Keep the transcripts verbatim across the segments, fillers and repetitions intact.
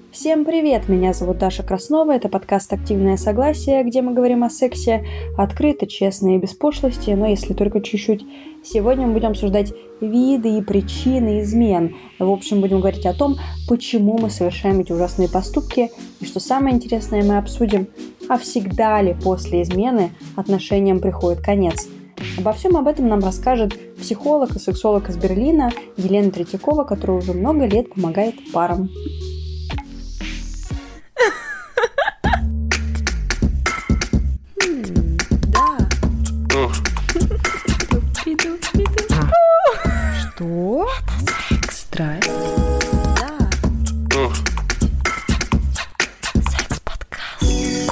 Всем привет! Меня зовут Даша Краснова, это подкаст «Активное согласие», где мы говорим о сексе открыто, честно и без пошлости, но если только чуть-чуть. Сегодня мы будем обсуждать виды и причины измен. В общем, будем говорить о том, почему мы совершаем эти ужасные поступки, и что самое интересное, мы обсудим, а всегда ли после измены отношениям приходит конец. Обо всем об этом нам расскажет психолог и сексолог из Берлина Елена Третьякова, которая уже много лет помогает парам. Что? Это секс. Здрасте. Да. Секс-подкаст.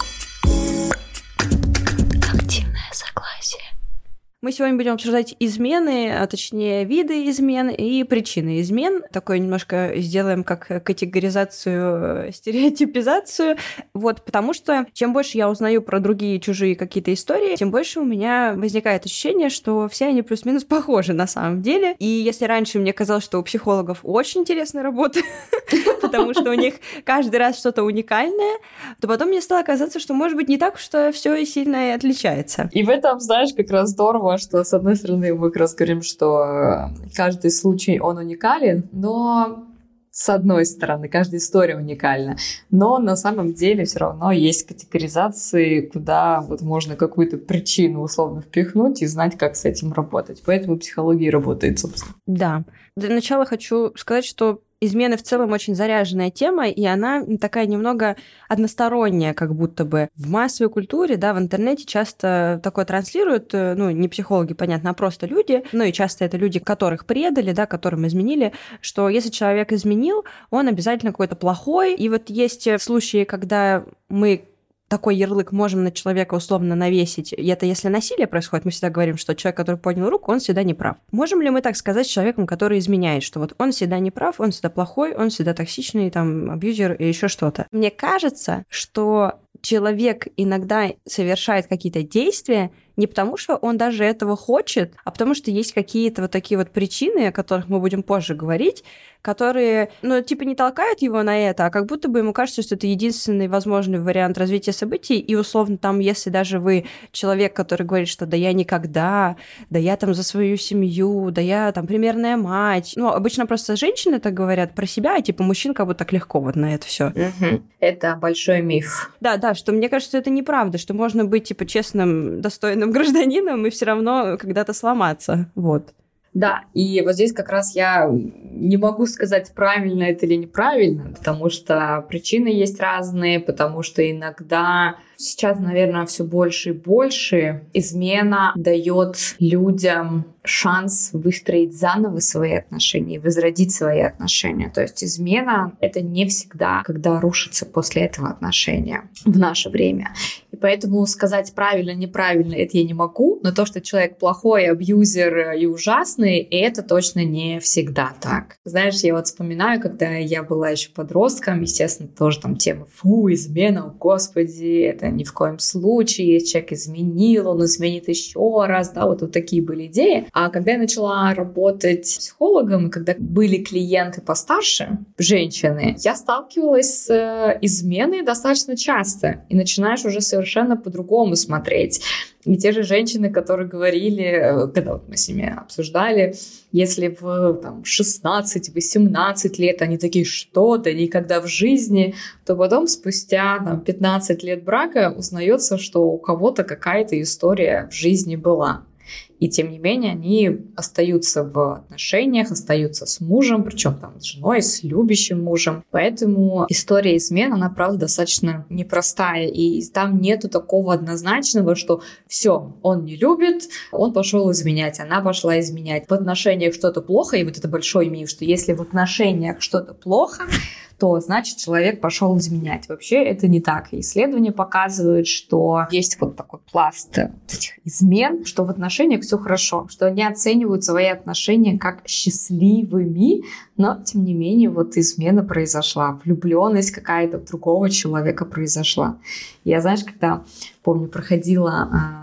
Активное согласие. Мы сегодня будем обсуждать измены, а точнее виды измен и причины измен. Такое немножко сделаем как категоризацию, стереотипизацию. Вот, потому что чем больше я узнаю про другие чужие какие-то истории, тем больше у меня возникает ощущение, что все они плюс-минус похожи на самом деле. И если раньше мне казалось, что у психологов очень интересная работа, потому что у них каждый раз что-то уникальное, то потом мне стало казаться, что, может быть, не так уж все и сильно и отличается. И в этом, знаешь, как раз здорово, что, с одной стороны, мы как раз говорим, что каждый случай, он уникален, но с одной стороны, каждая история уникальна, но на самом деле все равно есть категоризации, куда вот можно какую-то причину условно впихнуть и знать, как с этим работать. Поэтому психология работает, собственно. Да. Для начала хочу сказать, что измены в целом очень заряженная тема, и она такая немного односторонняя, как будто бы. В массовой культуре, да, в интернете часто такое транслируют, ну, не психологи, понятно, а просто люди, ну, и часто это люди, которых предали, да, которым изменили, что если человек изменил, он обязательно какой-то плохой. И вот есть случаи, когда мы такой ярлык можем на человека условно навесить. И это если насилие происходит, мы всегда говорим, что человек, который поднял руку, он всегда не прав. Можем ли мы так сказать с человеком, который изменяет, что вот он всегда не прав, он всегда плохой, он всегда токсичный, там, абьюзер и еще что-то? Мне кажется, что человек иногда совершает какие-то действия не потому, что он даже этого хочет, а потому что есть какие-то вот такие вот причины, о которых мы будем позже говорить, которые, ну, типа не толкают его на это, а как будто бы ему кажется, что это единственный возможный вариант развития событий, и условно там, если даже вы человек, который говорит, что да я никогда, да я там за свою семью, да я там примерная мать, ну, обычно просто женщины так говорят про себя, а типа мужчин как будто так легко вот на это все. Угу. Это большой миф. Да, да, что мне кажется, это неправда, что можно быть типа честным, достойным гражданином и все равно когда-то сломаться, вот. Да, и вот здесь как раз я не могу сказать, правильно это или неправильно, потому что причины есть разные, потому что иногда сейчас, наверное, все больше и больше измена дает людям шанс выстроить заново свои отношения, возродить свои отношения. То есть измена — это не всегда, когда рушится после этого отношения в наше время. И поэтому сказать правильно, неправильно — это я не могу, но то, что человек плохой, абьюзер и ужасный, это точно не всегда так. Знаешь, я вот вспоминаю, когда я была еще подростком, естественно, тоже там тема «фу, измена, о, господи, это ни в коем случае, если человек изменил, он изменит еще раз», да, вот, вот такие были идеи. А когда я начала работать психологом, и когда были клиенты постарше, женщины, я сталкивалась с изменой достаточно часто, и начинаешь уже совершенно по-другому смотреть. И те же женщины, которые говорили, когда вот мы с ними обсуждали, если в там, шестнадцать-восемнадцать лет они такие, что-то никогда в жизни, то потом спустя там, пятнадцать лет брака узнается, что у кого-то какая-то история в жизни была. И тем не менее они остаются в отношениях, остаются с мужем, причем там с женой, с любящим мужем. Поэтому история измен, она, правда, достаточно непростая. И там нету такого однозначного, что все, он не любит, он пошел изменять, она пошла изменять. В отношениях что-то плохо, и вот это большой миф, что если в отношениях что-то плохо, то значит человек пошел изменять. Вообще это не так. Исследования показывают, что есть вот такой пласт этих измен, что в отношениях все хорошо, что они оценивают свои отношения как счастливыми, но тем не менее вот измена произошла, влюбленность какая-то в другого человека произошла. Я, знаешь, когда, помню, проходила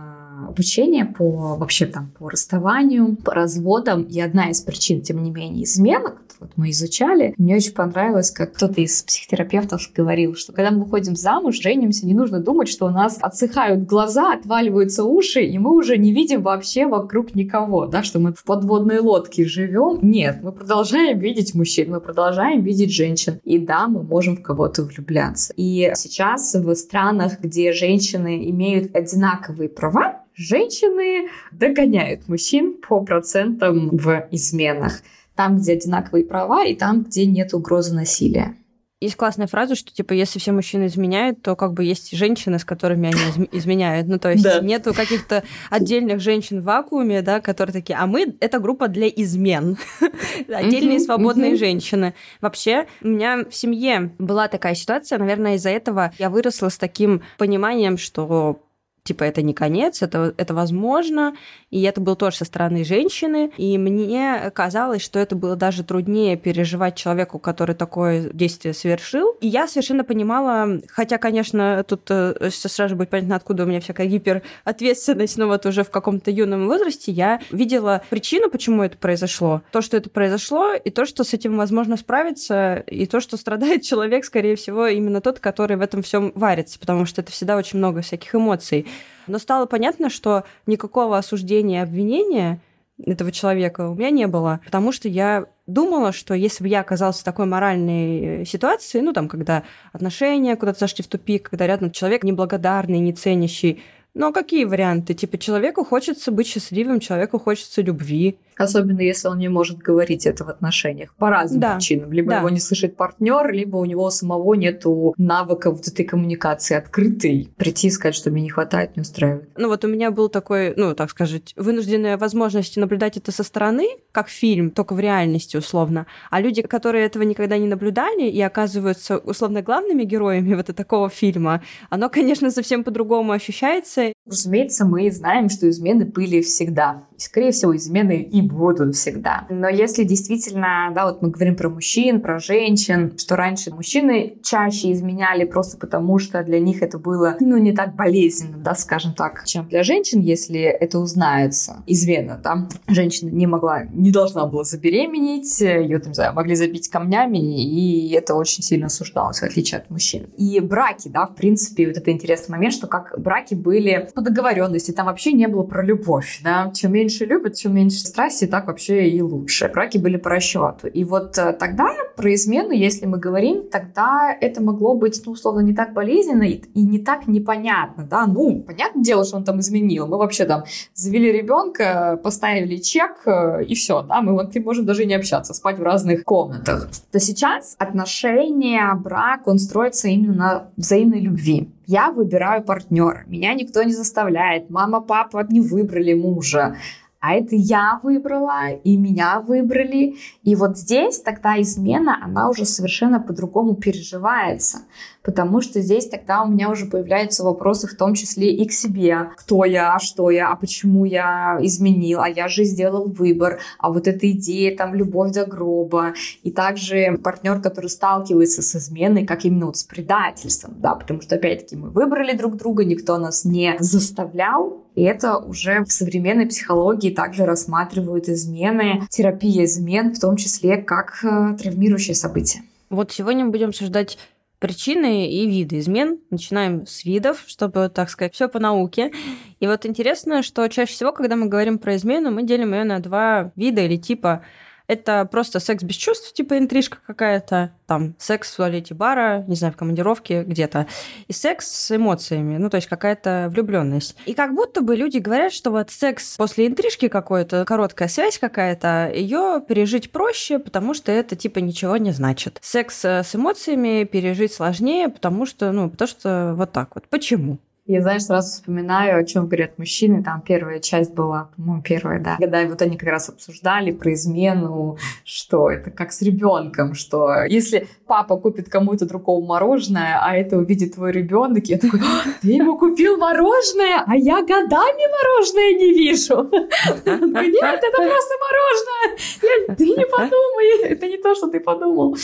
обучение по вообще там по расставанию, по разводам, и одна из причин, тем не менее, измена, которую вот мы изучали, мне очень понравилось, как кто-то из психотерапевтов говорил, что когда мы выходим замуж, женимся, не нужно думать, что у нас отсыхают глаза, отваливаются уши, и мы уже не видим вообще вокруг никого, да, что мы в подводной лодке живем. Нет, мы продолжаем видеть мужчин, мы продолжаем видеть женщин, и да, мы можем в кого-то влюбляться. И сейчас в странах, где женщины имеют одинаковые права, женщины догоняют мужчин по процентам в изменах. Там, где одинаковые права, и там, где нет угрозы насилия. Есть классная фраза, что, типа, если все мужчины изменяют, то как бы есть женщины, с которыми они изменяют. Ну, то есть да. Нету каких-то отдельных женщин в вакууме, да, которые такие, а мы — это группа для измен. Отдельные свободные женщины. Вообще, у меня в семье была такая ситуация, наверное, из-за этого я выросла с таким пониманием, что типа, это не конец, это, это возможно, и это было тоже со стороны женщины, и мне казалось, что это было даже труднее переживать человеку, который такое действие совершил, и я совершенно понимала, хотя, конечно, тут сразу же будет понятно, откуда у меня всякая гиперответственность, но вот уже в каком-то юном возрасте я видела причину, почему это произошло, то, что это произошло, и то, что с этим возможно справиться, и то, что страдает человек, скорее всего, именно тот, который в этом всем варится, потому что это всегда очень много всяких эмоций. Но стало понятно, что никакого осуждения и обвинения этого человека у меня не было, потому что я думала, что если бы я оказалась в такой моральной ситуации, ну, там, когда отношения куда-то зашли в тупик, когда рядом человек неблагодарный, не ценящий, ну, а какие варианты? Типа, человеку хочется быть счастливым, человеку хочется любви. Особенно, если он не может говорить это в отношениях по разным да. причинам. Либо да. его не слышит партнер, либо у него самого нету навыка вот этой коммуникации открытой. Прийти и сказать, что мне не хватает, не устраивает. Ну, вот у меня был такой, ну, так сказать, вынужденная возможность наблюдать это со стороны, как фильм, только в реальности, условно. А люди, которые этого никогда не наблюдали и оказываются, условно, главными героями вот такого фильма, оно, конечно, совсем по-другому ощущается. Разумеется, мы знаем, что измены были всегда. И, скорее всего, измены и будут всегда. Но если действительно, да, вот мы говорим про мужчин, про женщин, что раньше мужчины чаще изменяли просто потому, что для них это было, ну, не так болезненно, да, скажем так, чем для женщин, если это узнается. Измена, да. Женщина не могла, не должна была забеременеть, ее, там, не знаю, могли забить камнями, и это очень сильно осуждалось, в отличие от мужчин. И браки, да, в принципе, вот это интересный момент, что как браки были по договоренности, там вообще не было про любовь, да. Чем меньше любят, чем меньше страсти, так вообще и лучше. Браки были по расчету. И вот тогда про измену, если мы говорим, тогда это могло быть, ну, условно, не так болезненно и, и не так непонятно, да. Ну, понятное дело, что он там изменил. Мы вообще там завели ребенка, поставили чек, и все, да. Мы вот можем даже не общаться, спать в разных комнатах. То сейчас отношения, брак, он строится именно на взаимной любви. Я выбираю партнера, меня никто не заставляет, мама, папа не выбрали мужа, а это я выбрала, и меня выбрали. И вот здесь тогда измена, она уже совершенно по-другому переживается, потому что здесь тогда у меня уже появляются вопросы, в том числе и к себе. Кто я, что я, а почему я изменил, а я же сделал выбор, а вот эта идея, там, любовь до гроба. И также партнер, который сталкивается с изменой, как именно вот с предательством, да, потому что, опять-таки, мы выбрали друг друга, никто нас не заставлял. И это уже в современной психологии также рассматривают измены, терапия измен, в том числе как э, травмирующее событие. Вот сегодня мы будем обсуждать причины и виды измен. Начинаем с видов, чтобы, так сказать, все по науке. И вот интересно, что чаще всего, когда мы говорим про измену, мы делим ее на два вида или типа. Это просто секс без чувств, типа интрижка какая-то, там, секс в туалете бара, не знаю, в командировке где-то, и секс с эмоциями, ну, то есть какая-то влюбленность. И как будто бы люди говорят, что вот секс после интрижки какой-то, короткая связь какая-то, ее пережить проще, потому что это, типа, ничего не значит. Секс с эмоциями пережить сложнее, потому что, ну, потому что вот так вот. Почему? Я, знаешь, сразу вспоминаю, о чем говорят мужчины. Там первая часть была, по-моему, первая, да. Когда вот они как раз обсуждали про измену, что это как с ребенком, что если папа купит кому-то другому мороженое, а это увидит твой ребенок, я такой: ты ему купил мороженое, а я годами мороженое не вижу. Нет, это просто мороженое. Ты не подумай, это не то, что ты подумал.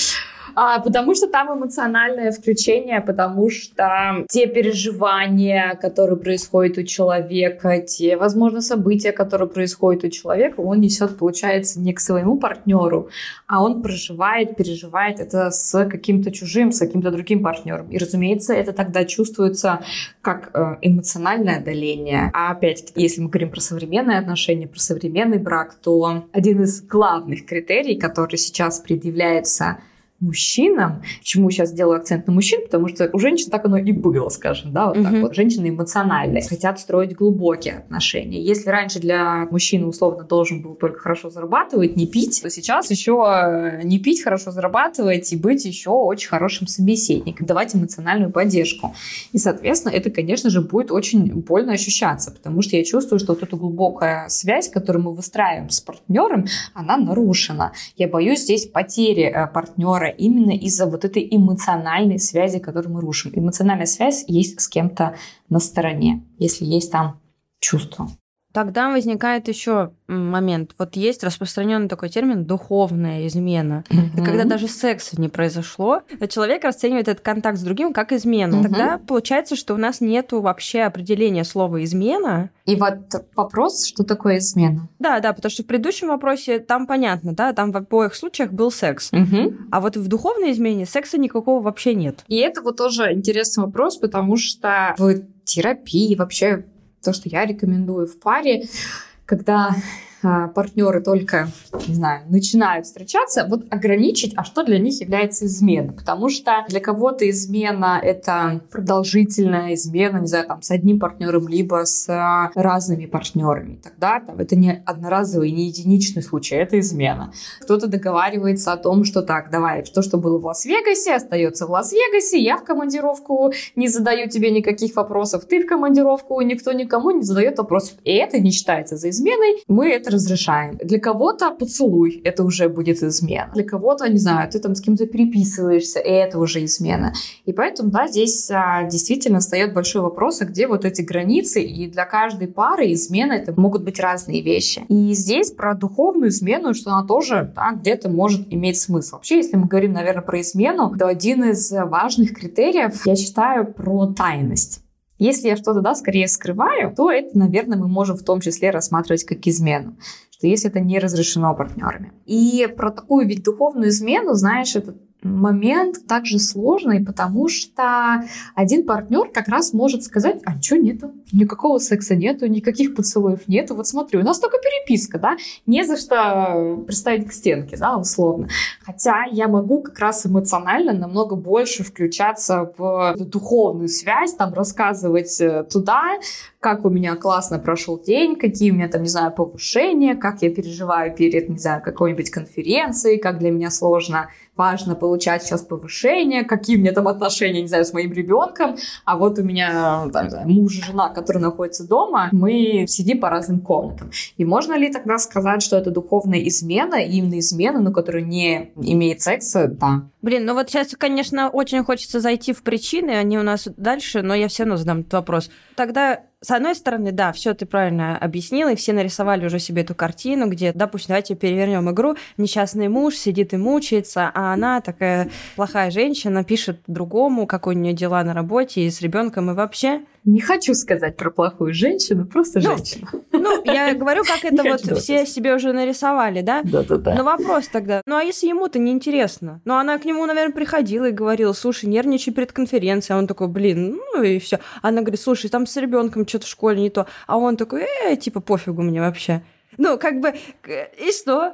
А, потому что там эмоциональное включение, потому что те переживания, которые происходят у человека, те, возможно, события, которые происходят у человека, он несет, получается, не к своему партнеру, а он проживает, переживает это с каким-то чужим, с каким-то другим партнером. И, разумеется, это тогда чувствуется как эмоциональное отдаление. А опять-таки, если мы говорим про современные отношения, про современный брак, то один из главных критерий, который сейчас предъявляется мужчинам, почему сейчас делаю акцент на мужчин, потому что у женщин так оно и было, скажем, да, вот mm-hmm. так вот. Женщины эмоциональные, хотят строить глубокие отношения. Если раньше для мужчины условно должен был только хорошо зарабатывать, не пить, то сейчас еще не пить, хорошо зарабатывать и быть еще очень хорошим собеседником, давать эмоциональную поддержку. И, соответственно, это, конечно же, будет очень больно ощущаться, потому что я чувствую, что вот эта глубокая связь, которую мы выстраиваем с партнером, она нарушена. Я боюсь здесь потери партнера именно из-за вот этой эмоциональной связи, которую мы рушим. Эмоциональная связь есть с кем-то на стороне, если есть там чувство. Тогда возникает еще момент. Вот есть распространенный такой термин «духовная измена». Mm-hmm. Это когда даже секса не произошло, но человек расценивает этот контакт с другим как измену. Mm-hmm. Тогда получается, что у нас нету вообще определения слова «измена». И вот вопрос, что такое измена? Да, да, потому что в предыдущем вопросе там понятно, да, там в обоих случаях был секс. Mm-hmm. А вот в духовной измене секса никакого вообще нет. И это вот тоже интересный вопрос, потому что в терапии вообще то, что я рекомендую в паре, когда а, партнеры только, не знаю, начинают встречаться, вот ограничить, а что для них является изменой. Потому что для кого-то измена — это продолжительная измена, не знаю, там, с одним партнером, либо с а, разными партнерами. Тогда там, это не одноразовый, не единичный случай, это измена. Кто-то договаривается о том, что так, давай, то, что было в Лас-Вегасе, остается в Лас-Вегасе, я в командировку не задаю тебе никаких вопросов, ты в командировку, никто никому не задает вопросов. И это не считается за изменой, мы это разрешаем. Для кого-то поцелуй — это уже будет измена. Для кого-то, не знаю, ты там с кем-то переписываешься, и это уже измена. И поэтому, да, здесь а, действительно встает большой вопрос, а где вот эти границы, и для каждой пары измена — это могут быть разные вещи. И здесь про духовную измену, что она тоже, да, где-то может иметь смысл. Вообще, если мы говорим, наверное, про измену, то один из важных критериев, я считаю, про тайность. Если я что-то, да, скорее скрываю, то это, наверное, мы можем в том числе рассматривать как измену. Что если это не разрешено партнерами. И про такую ведь духовную измену, знаешь, это момент также сложный, потому что один партнер как раз может сказать: а что нету? Никакого секса нету, никаких поцелуев нету. Вот смотри, у нас только переписка, да? Не за что приставить к стенке, да, условно. Хотя я могу как раз эмоционально намного больше включаться в духовную связь, там рассказывать туда, как у меня классно прошел день, какие у меня там, не знаю, повышения, как я переживаю перед, не знаю, какой-нибудь конференцией, как для меня сложно, важно получать сейчас повышение, какие у меня там отношения, не знаю, с моим ребенком, а вот у меня там, не знаю, муж и жена, которые находятся дома, мы сидим по разным комнатам. И можно ли тогда сказать, что это духовная измена, именно измена, но которая не имеет секса? Да. Блин, ну вот сейчас, конечно, очень хочется зайти в причины, они у нас дальше, но я все равно задам этот вопрос. Тогда, с одной стороны, да, все ты правильно объяснила, и все нарисовали уже себе эту картину, где, допустим, давайте перевернем игру, несчастный муж сидит и мучается, а она такая плохая женщина, пишет другому, как у нее дела на работе и с ребенком и вообще. Не хочу сказать про плохую женщину, просто ну, женщину. Ну, я говорю, как это вот все себе уже нарисовали, да? Да-да-да. Но вопрос тогда, ну а если ему-то неинтересно? Ну, она к нему, наверное, приходила и говорила: слушай, нервничай перед конференцией. А он такой: блин, ну и все. Она говорит: слушай, там с ребенком что-то в школе не то. А он такой: э, типа, пофигу мне вообще. Ну, как бы, и что?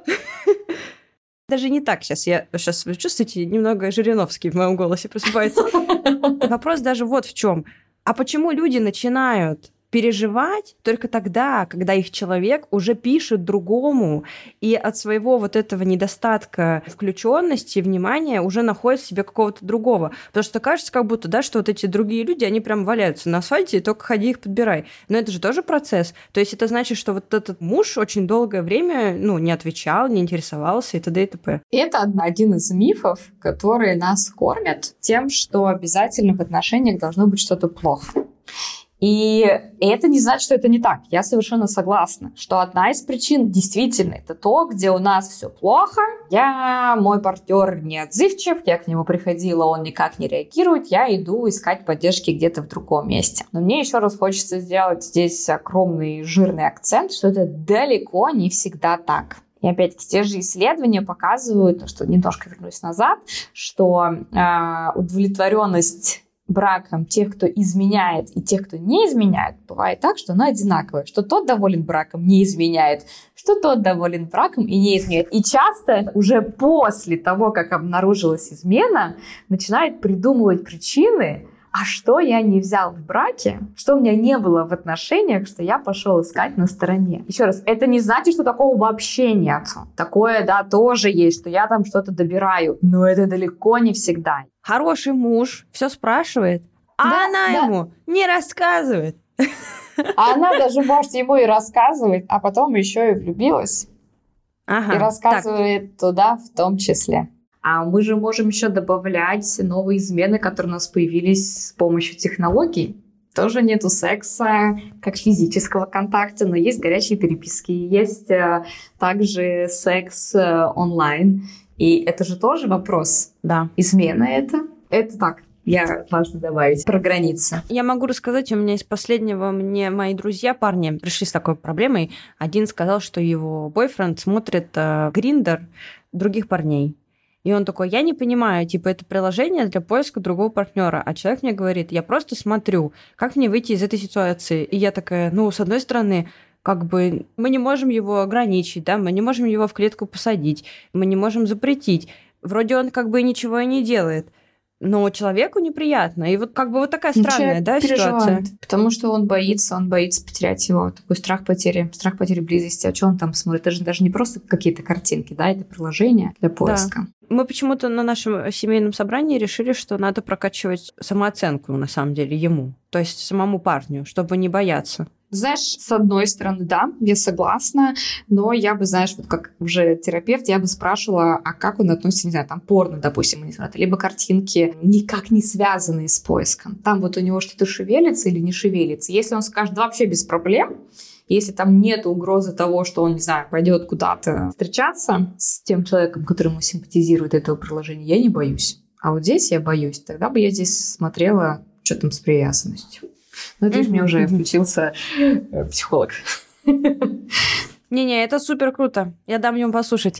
Даже не так сейчас. Я сейчас, вы чувствуете, немного Жириновский в моем голосе просыпается. Вопрос даже вот в чем. А почему люди начинают переживать только тогда, когда их человек уже пишет другому и от своего вот этого недостатка включенности, внимания уже находит в себе какого-то другого? Потому что кажется, как будто, да, что вот эти другие люди, они прям валяются на асфальте, и только ходи их подбирай. Но это же тоже процесс. То есть это значит, что вот этот муж очень долгое время, ну, не отвечал, не интересовался и т.д. и т.п. Это один из мифов, которые нас кормят тем, что обязательно в отношениях должно быть что-то плохо. И это не значит, что это не так. Я совершенно согласна, что одна из причин действительно это то, где у нас все плохо. Я, мой партнер не отзывчив, я к нему приходила, он никак не реагирует, я иду искать поддержки где-то в другом месте. Но мне еще раз хочется сделать здесь огромный жирный акцент, что это далеко не всегда так. И опять-таки те же исследования показывают, ну, что немножко вернусь назад, что э, удовлетворенность браком тех, кто изменяет, и тех, кто не изменяет, бывает так, что она одинаковая, что тот доволен браком, не изменяет, что тот доволен браком и не изменяет. И часто уже после того, как обнаружилась измена, начинает придумывать причины, а что я не взял в браке, что у меня не было в отношениях, что я пошел искать на стороне. Еще раз, это не значит, что такого вообще нет. Такое, да, тоже есть, что я там что-то добираю, но это далеко не всегда. Хороший муж все спрашивает, а да, она да. ему не рассказывает. А она даже, может, ему и рассказывает, а потом еще и влюбилась. Ага, и рассказывает так. туда в том числе. А мы же можем еще добавлять новые измены, которые у нас появились с помощью технологий. Тоже нету секса как физического контакта, но есть горячие переписки, есть э, также секс э, онлайн. И это же тоже вопрос. Да. Измена это? Это так. Я важно добавить про границы. Я могу рассказать, у меня из последнего, мне мои друзья, парни, пришли с такой проблемой. Один сказал, что его бойфренд смотрит Гриндер э, других парней. И он такой, я не понимаю, типа, это приложение для поиска другого партнера. А человек мне говорит, я просто смотрю, как мне выйти из этой ситуации. И я такая, ну, с одной стороны, как бы мы не можем его ограничить, да, мы не можем его в клетку посадить, мы не можем запретить. Вроде он как бы ничего и не делает. Но человеку неприятно. И вот как бы вот такая странная, да, ситуация. Потому что он боится, он боится потерять его. Такой страх потери, страх потери близости. А что он там смотрит? Это же даже не просто какие-то картинки, да, это приложение для поиска. Да. Мы почему-то на нашем семейном собрании решили, что надо прокачивать самооценку, на самом деле, ему. То есть самому парню, чтобы не бояться. Знаешь, с одной стороны, да, я согласна, но я бы, знаешь, вот как уже терапевт, я бы спрашивала, а как он относится, не знаю, там, порно, допустим, не знаю, либо картинки, никак не связанные с поиском. Там вот у него что-то шевелится или не шевелится. Если он скажет, да, вообще без проблем, если там нет угрозы того, что он, не знаю, пойдет куда-то встречаться с тем человеком, который ему симпатизирует этого приложения, я не боюсь. А вот здесь я боюсь. Тогда бы я здесь смотрела, что там с привязанностью. Ну, видишь, mm-hmm. мне уже включился э, психолог. Не-не, это супер круто. Я дам ему послушать.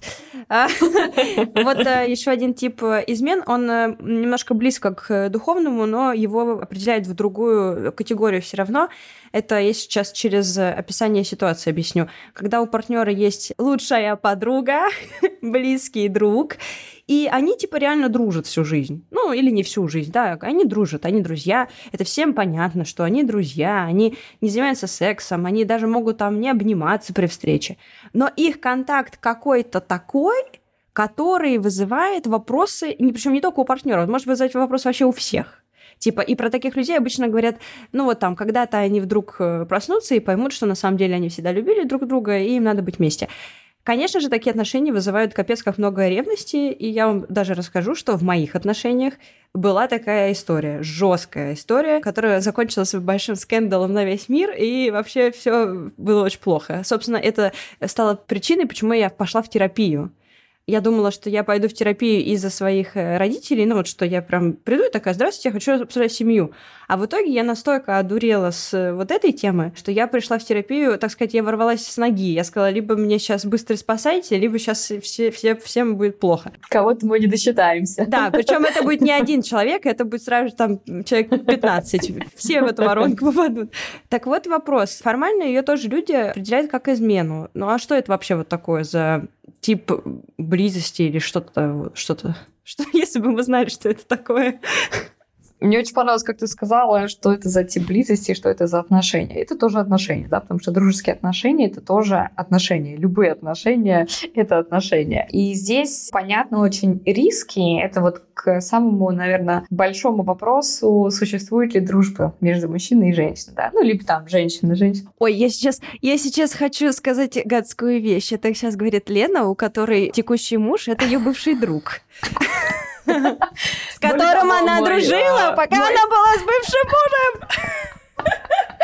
Вот еще один тип измен, он немножко близко к духовному, но его определяет в другую категорию все равно. Это я сейчас через описание ситуации объясню. Когда у партнера есть лучшая подруга, близкий друг, и они типа реально дружат всю жизнь. Ну, или не всю жизнь, да, они дружат, они друзья. Это всем понятно, что они друзья, они не занимаются сексом, они даже могут там не обниматься при встрече. Но их контакт какой-то такой, который вызывает вопросы, причем не только у партнера, он может вызывать вопросы вообще у всех. Типа, и про таких людей обычно говорят, ну вот там, когда-то они вдруг проснутся и поймут, что на самом деле они всегда любили друг друга, и им надо быть вместе. Конечно же, такие отношения вызывают капец как много ревности, и я вам даже расскажу, что в моих отношениях была такая история, жесткая история, которая закончилась большим скандалом на весь мир, и вообще все было очень плохо. Собственно, это стало причиной, почему я пошла в терапию. Я думала, что я пойду в терапию из-за своих родителей, ну вот что я прям приду и такая, здравствуйте, я хочу обсуждать семью. А в итоге я настолько одурела с вот этой темы, что я пришла в терапию, так сказать, я ворвалась с ноги. Я сказала, либо мне сейчас быстро спасайте, либо сейчас все, все, всем будет плохо. Кого-то мы не досчитаемся. Да, причем это будет не один человек, это будет сразу там человек пятнадцать. Все в эту воронку попадут. Так вот вопрос. Формально ее тоже люди определяют как измену. Ну а что это вообще вот такое за тип близости или что-то, что-то, что, если бы мы знали, что это такое? Мне очень понравилось, как ты сказала, что это за тип близости, что это за отношения. Это тоже отношения, да, потому что дружеские отношения – это тоже отношения. Любые отношения – это отношения. И здесь, понятно, очень риски. Это вот к самому, наверное, большому вопросу, существует ли дружба между мужчиной и женщиной, да, ну, либо там женщина и женщина. Ой, я сейчас, я сейчас хочу сказать гадскую вещь. Это сейчас говорит Лена, у которой текущий муж – это ее бывший друг. С которым она дружила, пока она была с бывшим мужем.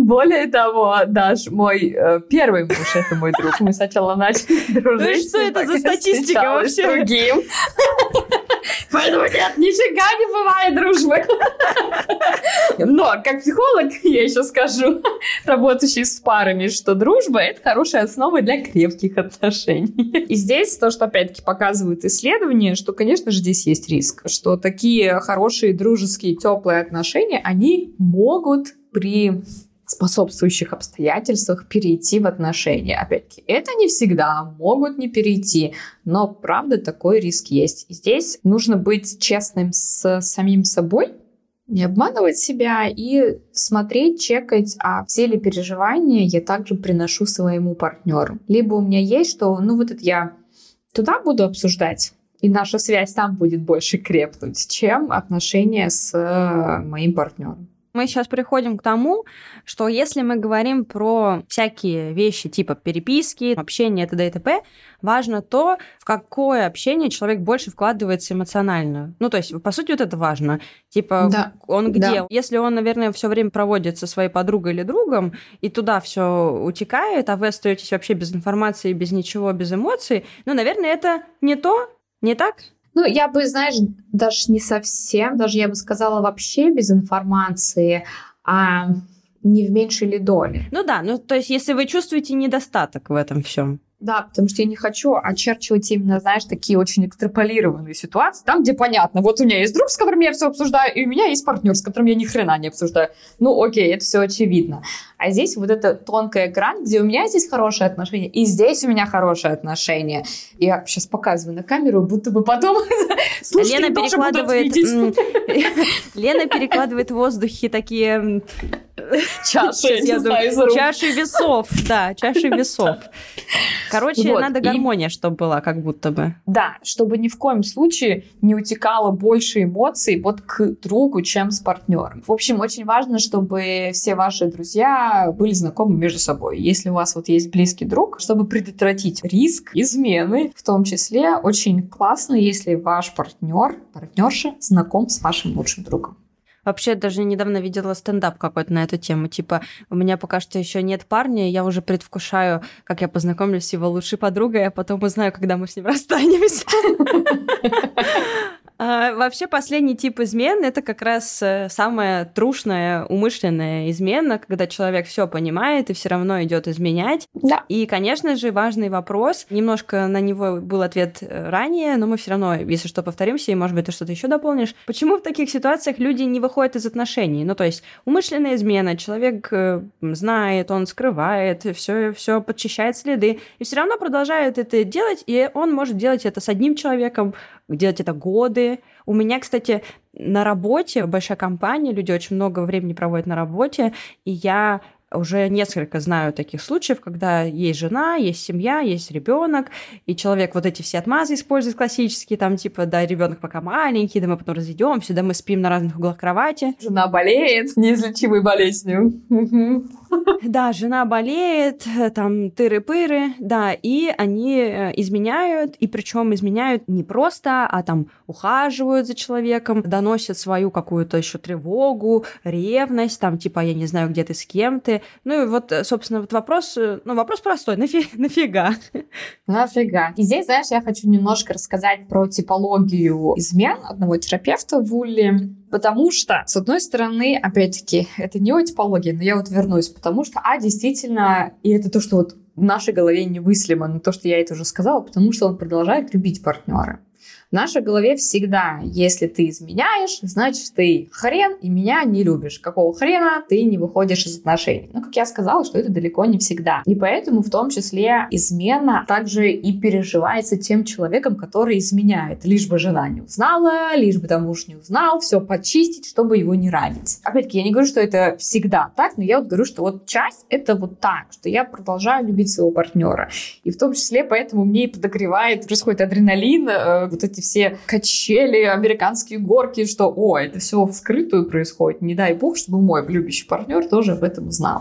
Более того, Даш, мой э, первый муж, это мой друг. Мы сначала начали дружить. Ну что это за статистика вообще? С другим. Поэтому нет, нифига не бывает дружбы. Но, как психолог, я еще скажу, работающий с парами, что дружба — это хорошая основа для крепких отношений. И здесь то, что опять-таки показывают исследования, что, конечно же, здесь есть риск, что такие хорошие, дружеские, теплые отношения, они могут при способствующих обстоятельствах перейти в отношения. Опять-таки, это не всегда, могут не перейти, но, правда, такой риск есть. И здесь нужно быть честным с самим собой, не обманывать себя и смотреть, чекать, а все ли переживания я также приношу своему партнеру. Либо у меня есть, что, ну вот это я туда буду обсуждать, и наша связь там будет больше крепнуть, чем отношения с моим партнером. Мы сейчас приходим к тому, что если мы говорим про всякие вещи типа переписки, общения, т.д. и т.п., важно то, в какое общение человек больше вкладывается эмоционально. Ну, то есть, по сути, вот это важно. Типа, да. он где? Да. Если он, наверное, все время проводит со своей подругой или другом, и туда все утекает, а вы остаетесь вообще без информации, без ничего, без эмоций, ну, наверное, это не то, не так? Ну, я бы, знаешь, даже не совсем, даже я бы сказала вообще без информации, а не в меньшей ли доле. Ну да, ну то есть если вы чувствуете недостаток в этом всем. Да, потому что я не хочу очерчивать именно, знаешь, такие очень экстраполированные ситуации, там, где понятно, вот у меня есть друг, с которым я все обсуждаю, и у меня есть партнер, с которым я ни хрена не обсуждаю. Ну, окей, это все очевидно. А здесь вот эта тонкая грань, где у меня здесь хорошие отношения, и здесь у меня хорошие отношения. Я сейчас показываю на камеру, будто бы потом слушатели тоже будут видеть. Лена перекладывает в воздухе такие... Чаши, чаши весов, да, чаши весов. Короче, вот, надо гармония, и... чтобы была, как будто бы. Да, чтобы ни в коем случае не утекало больше эмоций вот к другу, чем с партнером. В общем, очень важно, чтобы все ваши друзья были знакомы между собой. Если у вас вот есть близкий друг, чтобы предотвратить риск измены, в том числе очень классно, если ваш партнер, партнерша знаком с вашим лучшим другом. Вообще, даже недавно видела стендап какой-то на эту тему. Типа, у меня пока что еще нет парня, я уже предвкушаю, как я познакомлюсь с его лучшей подругой, а потом узнаю, когда мы с ним расстанемся. А, вообще, последний тип измен — это как раз самая трушная, умышленная измена, когда человек все понимает и все равно идет изменять. Да. И, конечно же, важный вопрос. Немножко на него был ответ ранее, но мы все равно, если что, повторимся, и, может быть, ты что-то еще дополнишь. Почему в таких ситуациях люди не выходят из отношений? Ну, то есть, умышленная измена, человек знает, он скрывает, все, все подчищает следы, и все равно продолжает это делать, и он может делать это с одним человеком, делать это годы. У меня, кстати, на работе, большая компания, люди очень много времени проводят на работе, и я уже несколько знаю таких случаев, когда есть жена, есть семья, есть ребенок, и человек вот эти все отмазы использует классические, там типа, да, ребенок пока маленький, да мы потом разведемся, да мы спим на разных углах кровати. Жена болеет неизлечимой болезнью. Да, жена болеет, там тыры-пыры, да, и они изменяют, и причем изменяют не просто, а там ухаживают за человеком, доносят свою какую-то еще тревогу, ревность, там типа, я не знаю, где ты, с кем ты. Ну и вот, собственно, вот вопрос, ну вопрос простой, нафи- нафига? Нафига. И здесь, знаешь, я хочу немножко рассказать про типологию измен одного терапевта в Улле. Потому что, с одной стороны, опять-таки, это не о типологии, но я вот вернусь, потому что, а, действительно, и это то, что вот в нашей голове немыслимо, но то, что я это уже сказала, потому что он продолжает любить партнера. В нашей голове всегда, если ты изменяешь, значит, ты хрен и меня не любишь. Какого хрена ты не выходишь из отношений? Ну, как я сказала, что это далеко не всегда. И поэтому, в том числе, измена также и переживается тем человеком, который изменяет. Лишь бы жена не узнала, лишь бы там муж не узнал, все почистить, чтобы его не ранить. Опять-таки, я не говорю, что это всегда так, но я вот говорю, что вот часть это вот так, что я продолжаю любить своего партнера. И в том числе, поэтому мне и подогревает, происходит адреналин, э, вот эти все качели, американские горки, что, о, это все в скрытую происходит. Не дай бог, чтобы мой любящий партнер тоже об этом узнал.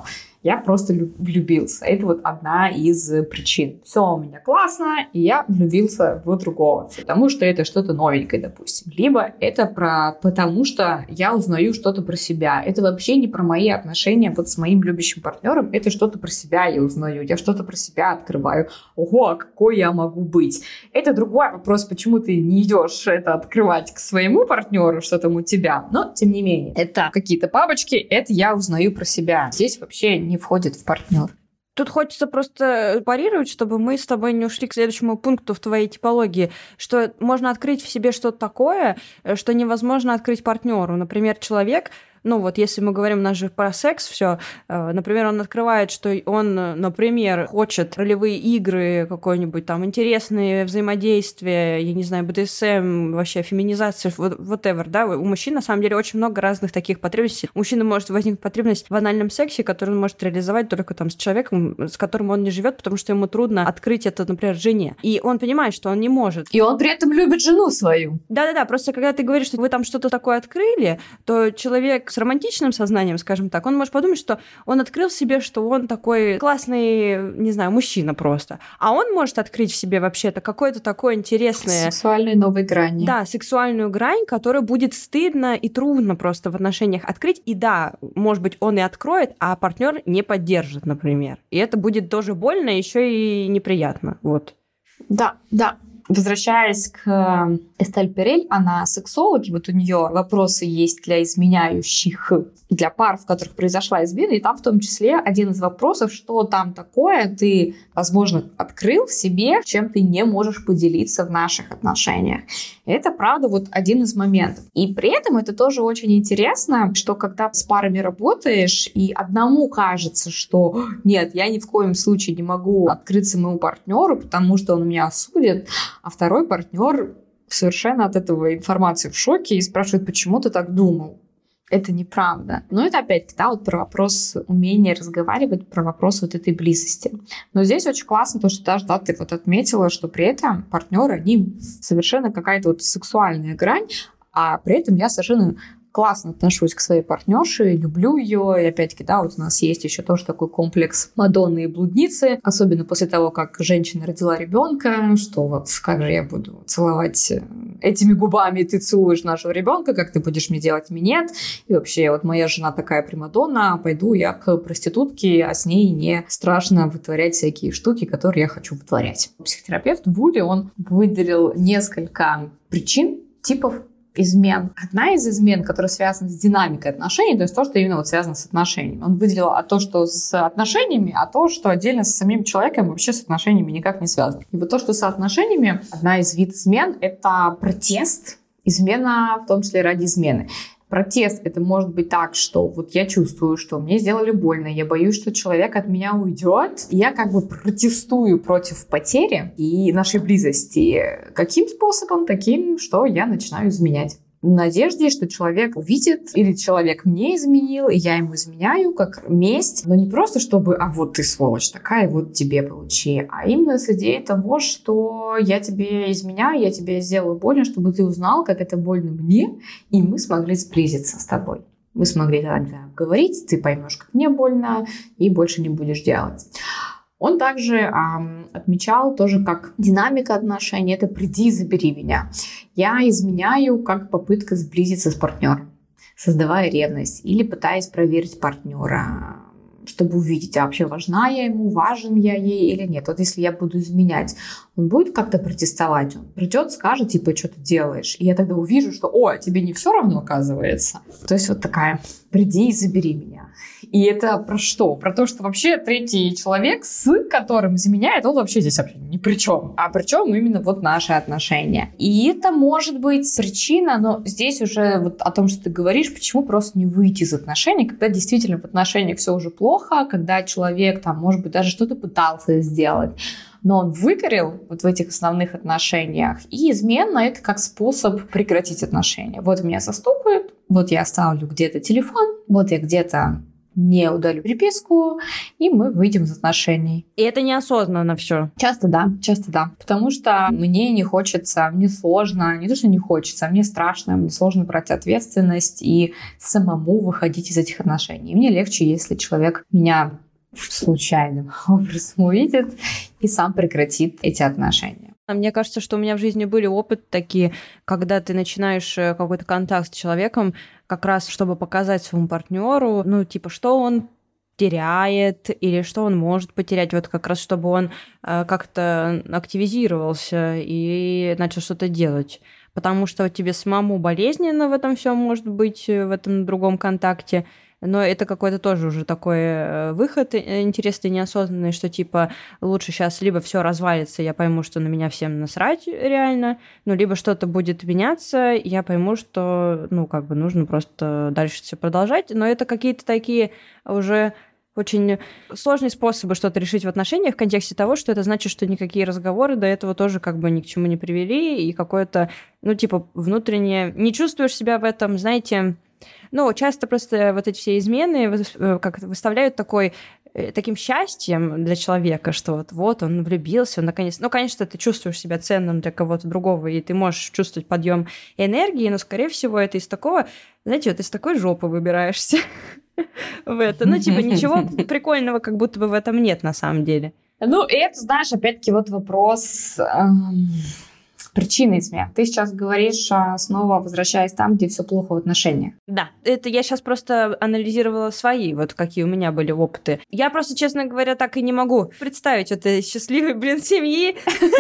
Я просто влюбился. Это вот одна из причин. Все у меня классно, и я влюбился в другого. Потому что это что-то новенькое, допустим. Либо это про потому что я узнаю что-то про себя. Это вообще не про мои отношения вот с моим любящим партнером. Это что-то про себя я узнаю. Я что-то про себя открываю. Ого, какой я могу быть. Это другой вопрос, почему ты не идешь это открывать к своему партнеру, что там у тебя. Но, тем не менее, это какие-то бабочки, это я узнаю про себя. Здесь вообще не входит в партнер. Тут хочется просто парировать, чтобы мы с тобой не ушли к следующему пункту в твоей типологии, что можно открыть в себе что-то такое, что невозможно открыть партнеру. Например, человек, ну вот если мы говорим, у нас же про секс все, например, он открывает, что он, например, хочет ролевые игры, какое-нибудь там интересные взаимодействия, я не знаю, бэ дэ эс эм, вообще феминизация, whatever, да, у мужчин на самом деле очень много разных таких потребностей. У мужчины может возникнуть потребность в анальном сексе, которую он может реализовать только там с человеком, с которым он не живет, потому что ему трудно открыть это, например, жене. И он понимает, что он не может. И он при этом любит жену свою. Да-да-да, просто когда ты говоришь, что вы там что-то такое открыли, то человек с романтичным сознанием, скажем так, он может подумать, что он открыл в себе, что он такой классный, не знаю, мужчина просто. А он может открыть в себе вообще-то какое-то такое интересное... Сексуальные новые грани. Да, сексуальную грань, которая будет стыдно и трудно просто в отношениях открыть. И да, может быть, он и откроет, а партнер не поддержит, например. И это будет тоже больно, еще и неприятно. Вот. Да, да. Возвращаясь к Эстель Перель, она сексолог, и вот у нее вопросы есть для изменяющих, для пар, в которых произошла измена, и там в том числе один из вопросов, что там такое ты, возможно, открыл в себе, чем ты не можешь поделиться в наших отношениях. И это, правда, вот один из моментов. И при этом это тоже очень интересно, что когда с парами работаешь, и одному кажется, что нет, я ни в коем случае не могу открыться моему партнеру, потому что он меня осудит, а второй партнер совершенно от этого информации в шоке и спрашивает, почему ты так думал? Это неправда. Но это опять-таки, да, вот про вопрос умения разговаривать, про вопрос вот этой близости. Но здесь очень классно то, что даже, да, ты вот отметила, что при этом партнеры, они совершенно какая-то вот сексуальная грань, а при этом я совершенно классно отношусь к своей партнерше, люблю ее. И опять-таки, да, вот у нас есть еще тоже такой комплекс Мадонны и блудницы, особенно после того, как женщина родила ребенка, что вот как же я буду целовать этими губами, ты целуешь нашего ребенка, как ты будешь мне делать минет. И вообще, вот моя жена такая примадонна, пойду я к проститутке, а с ней не страшно вытворять всякие штуки, которые я хочу вытворять. Психотерапевт Вули, он выделил несколько причин, типов измен. Одна из измен, которая связана с динамикой отношений, то есть то, что именно вот связано с отношениями. Он выделил а то, что с отношениями, а то, что отдельно с самим человеком вообще с отношениями никак не связано. И вот то, что с отношениями, одна из видов измен — это протест, измена в том числе ради измены. Протест — это может быть так, что вот я чувствую, что мне сделали больно, я боюсь, что человек от меня уйдет, и я как бы протестую против потери и нашей близости. Каким способом? Таким, что я начинаю изменять. В надежде, что человек увидит, или человек мне изменил, и я ему изменяю, как месть. Но не просто, чтобы, а вот ты сволочь такая, вот тебе получи, а именно с идеей того, что я тебе изменяю, я тебе сделаю больно, чтобы ты узнал, как это больно мне, и мы смогли сблизиться с тобой. Мы смогли тогда говорить, ты поймешь, как мне больно, и больше не будешь делать. Он также эм, отмечал тоже, как динамика отношений — это «приди и забери меня». Я изменяю как попытка сблизиться с партнером, создавая ревность или пытаясь проверить партнера, чтобы увидеть, а вообще важна я ему, важен я ей или нет. Вот если я буду изменять, он будет как-то протестовать, он придет, скажет, типа, что ты делаешь, и я тогда увижу, что, о, тебе не все равно, оказывается. То есть вот такая «приди и забери меня». И это про что? Про то, что вообще третий человек, с которым изменяет, он вообще здесь вообще ни при чем. А при чем именно вот наши отношения. И это может быть причина, но здесь уже вот о том, что ты говоришь, почему просто не выйти из отношений, когда действительно в отношениях все уже плохо, когда человек там, может быть, даже что-то пытался сделать, но он выгорел вот в этих основных отношениях. И измена — это как способ прекратить отношения. Вот меня застукают, вот я оставлю где-то телефон, вот я где-то не удалю переписку, и мы выйдем из отношений. И это неосознанно все. Часто да, часто да. Потому что мне не хочется, мне сложно, не то, что не хочется, мне страшно, мне сложно брать ответственность и самому выходить из этих отношений. И мне легче, если человек меня случайным образом увидит и сам прекратит эти отношения. Мне кажется, что у меня в жизни были опыты такие, когда ты начинаешь какой-то контакт с человеком, как раз чтобы показать своему партнеру, ну, типа, что он теряет или что он может потерять, вот как раз чтобы он э, как-то активизировался и начал что-то делать. Потому что тебе самому болезненно в этом всем может быть, в этом другом контакте, но это какой-то тоже уже такой выход интересный, неосознанный, что типа лучше сейчас либо все развалится, я пойму, что на меня всем насрать реально, ну, либо что-то будет меняться, я пойму, что, ну, как бы нужно просто дальше все продолжать, но это какие-то такие уже очень сложные способы что-то решить в отношениях в контексте того, что это значит, что никакие разговоры до этого тоже как бы ни к чему не привели, и какое-то, ну, типа, внутреннее... Не чувствуешь себя в этом, знаете... Ну, часто просто вот эти все измены как выставляют такой, таким счастьем для человека, что вот, вот он влюбился, он наконец... Ну, конечно, ты чувствуешь себя ценным для кого-то другого, и ты можешь чувствовать подъем энергии, но, скорее всего, это из такого, знаете, вот из такой жопы выбираешься в это. Ну, типа, ничего прикольного как будто бы в этом нет на самом деле. Ну, и это, знаешь, опять-таки вот вопрос... Причины измен. Ты сейчас говоришь, снова возвращаясь там, где все плохо в отношениях. Да, это я сейчас просто анализировала свои, вот какие у меня были опыты. Я просто, честно говоря, так и не могу представить это счастливой, блин, семьи.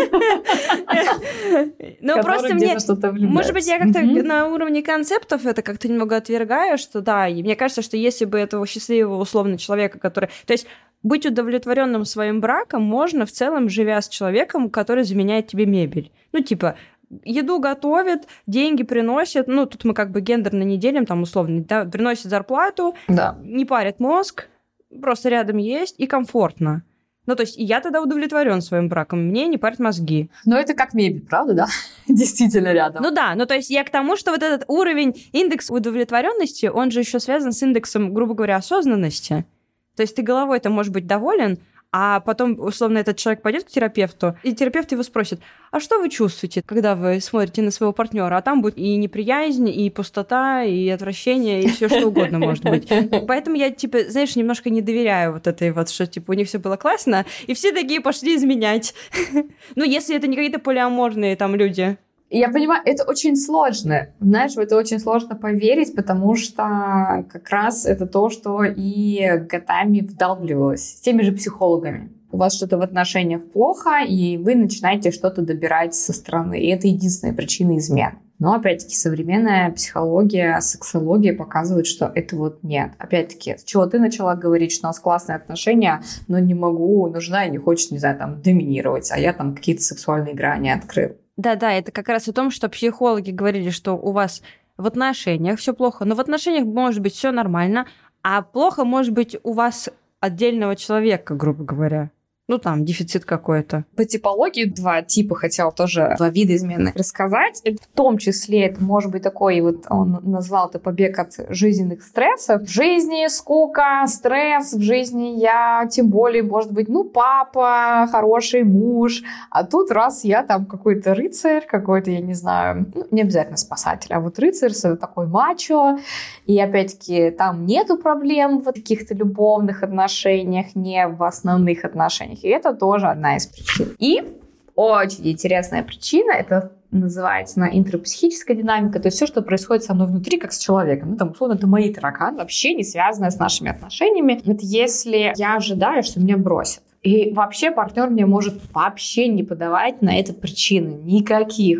Ну, просто мне... Может быть, я как-то на уровне концептов это как-то немного отвергаю, что да, и мне кажется, что если бы этого счастливого, условно, человека, который... То есть быть удовлетворенным своим браком можно в целом, живя с человеком, который заменяет тебе мебель. Ну, типа, еду готовит, деньги приносит, ну, тут мы как бы гендерно не делим, там, условно, да, приносит зарплату, да. Не парит мозг, просто рядом есть и комфортно. Ну, то есть я тогда удовлетворен своим браком, мне не парят мозги. Но это как мебель, правда, да? Действительно рядом. Ну да, ну то есть я к тому, что вот этот уровень, индекс удовлетворенности, он же еще связан с индексом, грубо говоря, осознанности. То есть ты головой-то, может быть, доволен, а потом, условно, этот человек пойдет к терапевту, и терапевт его спросит, а что вы чувствуете, когда вы смотрите на своего партнера? А там будет и неприязнь, и пустота, и отвращение, и все что угодно может быть. Поэтому я, типа, знаешь, немножко не доверяю вот этой вот, что, типа, у них все было классно, и все такие пошли изменять. Ну, если это не какие-то полиаморные там люди. Я понимаю, это очень сложно. Знаешь, в это очень сложно поверить, потому что как раз это то, что и годами вдалбливалось теми же психологами. У вас что-то в отношениях плохо, и вы начинаете что-то добирать со стороны. И это единственная причина измен. Но, опять-таки, современная психология, сексология показывает, что это вот нет. Опять-таки, с чего ты начала говорить, что у нас классные отношения, но не могу, нужна и не хочет, не знаю, там, доминировать, а я там какие-то сексуальные грани открыл. Да-да, это как раз о том, что психологи говорили, что у вас в отношениях все плохо, но в отношениях может быть все нормально, а плохо может быть у вас отдельного человека, грубо говоря. Ну, там, дефицит какой-то. По типологии два типа хотел тоже, два вида измены рассказать. В том числе это может быть такой, вот он назвал это побег от жизненных стрессов. В жизни скука, стресс, в жизни я, тем более, может быть, ну, папа, хороший муж. А тут раз я там какой-то рыцарь, какой-то, я не знаю, ну, не обязательно спасатель, а вот рыцарь, такой мачо. И опять-таки там нету проблем в каких-то любовных отношениях, не в основных отношениях. И это тоже одна из причин. И очень интересная причина, это называется на интрапсихическая динамика, то есть все, что происходит со мной внутри, как с человеком. Ну, там, условно, это мои тараканы, вообще не связанные с нашими отношениями. Это если я ожидаю, что меня бросят. И вообще партнер мне может вообще не подавать на это причины, никаких.